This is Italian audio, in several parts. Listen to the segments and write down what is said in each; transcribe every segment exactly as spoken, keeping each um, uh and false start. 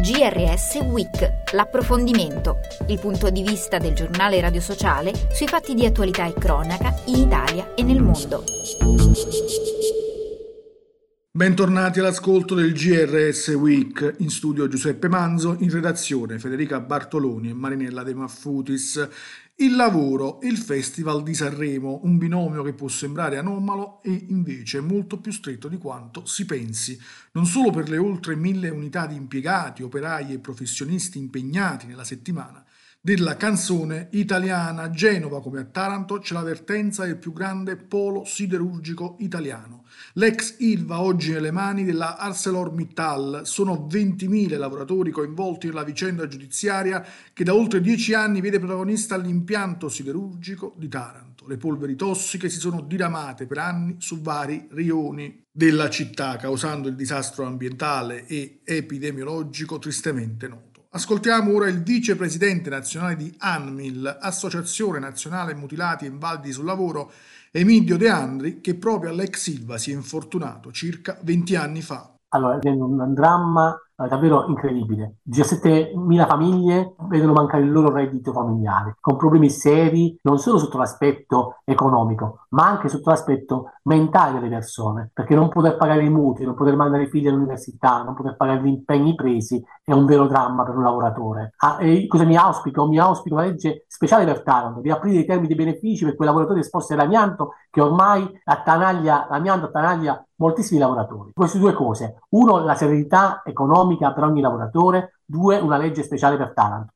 G R S Week, l'approfondimento, il punto di vista del giornale Radio Sociale sui fatti di attualità e cronaca in Italia e nel mondo. Bentornati all'ascolto del G R S Week, in studio Giuseppe Manzo, in redazione Federica Bartoloni e Marinella De Maffutis. Il lavoro e il Festival di Sanremo, un binomio che può sembrare anomalo e invece molto più stretto di quanto si pensi, non solo per le oltre mille unità di impiegati, operai e professionisti impegnati nella settimana della canzone italiana. Genova, come a Taranto, c'è la vertenza del più grande polo siderurgico italiano. L'ex Ilva oggi nelle mani della ArcelorMittal. Sono ventimila lavoratori coinvolti nella vicenda giudiziaria che da oltre dieci anni vede protagonista l'impianto siderurgico di Taranto. Le polveri tossiche si sono diramate per anni su vari rioni della città, causando il disastro ambientale e epidemiologico tristemente noto. Ascoltiamo ora il vicepresidente nazionale di ANMIL, Associazione Nazionale Mutilati e Invalidi sul Lavoro, Emidio De Andri, che proprio all'ex Ilva si è infortunato circa venti anni fa. Allora, è un dramma davvero incredibile. diciassettemila famiglie vedono mancare il loro reddito familiare, con problemi seri non solo sotto l'aspetto economico, ma anche sotto l'aspetto mentale delle persone, perché non poter pagare i mutui, non poter mandare i figli all'università, non poter pagare gli impegni presi è un vero dramma per un lavoratore. Ah, e cosa mi auspico? Mi auspico una legge speciale per Taranto, di aprire i termini dei benefici per quei lavoratori esposti all'amianto, che ormai attanaglia, l'amianto attanaglia moltissimi lavoratori. Queste due cose: uno, la serenità economica per ogni lavoratore; due, una legge speciale per Taranto.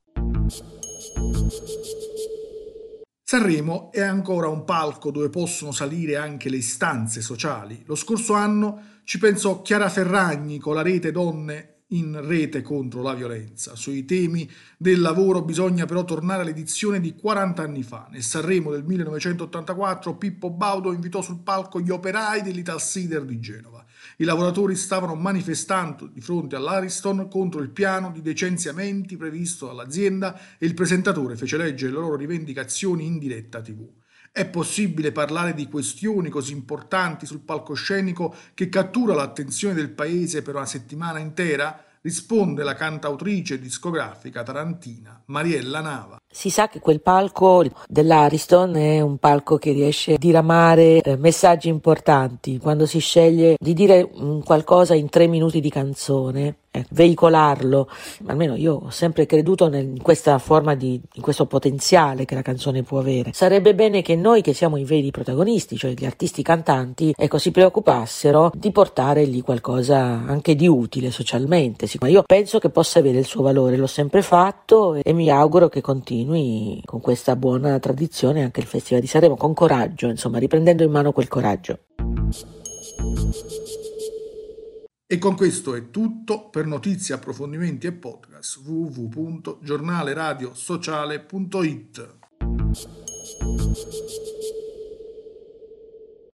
Sanremo è ancora un palco dove possono salire anche le istanze sociali. Lo scorso anno ci pensò Chiara Ferragni con la rete Donne in rete contro la violenza. Sui temi del lavoro bisogna però tornare all'edizione di quaranta anni fa. Nel Sanremo del millenovecentottantaquattro Pippo Baudo invitò sul palco gli operai dell'Italsider di Genova. I lavoratori stavano manifestando di fronte all'Ariston contro il piano di licenziamenti previsto dall'azienda e il presentatore fece leggere le loro rivendicazioni in diretta tivù. È possibile parlare di questioni così importanti sul palcoscenico che cattura l'attenzione del paese per una settimana intera? Risponde la cantautrice discografica tarantina Mariella Nava. Si sa che quel palco dell'Ariston è un palco che riesce a diramare eh, messaggi importanti. Quando si sceglie di dire mh, qualcosa in tre minuti di canzone, eh, veicolarlo, almeno io ho sempre creduto nel, in questa forma di, in questo potenziale che la canzone può avere. Sarebbe bene che noi, che siamo i veri protagonisti, cioè gli artisti cantanti, ecco, si preoccupassero di portare lì qualcosa anche di utile socialmente. Ma io penso che possa avere il suo valore, l'ho sempre fatto e mi auguro che continui con questa buona tradizione anche il Festival di Sanremo, con coraggio, insomma, riprendendo in mano quel coraggio. E con questo è tutto. Per notizie, approfondimenti e podcast w w w punto giornale radio sociale punto it.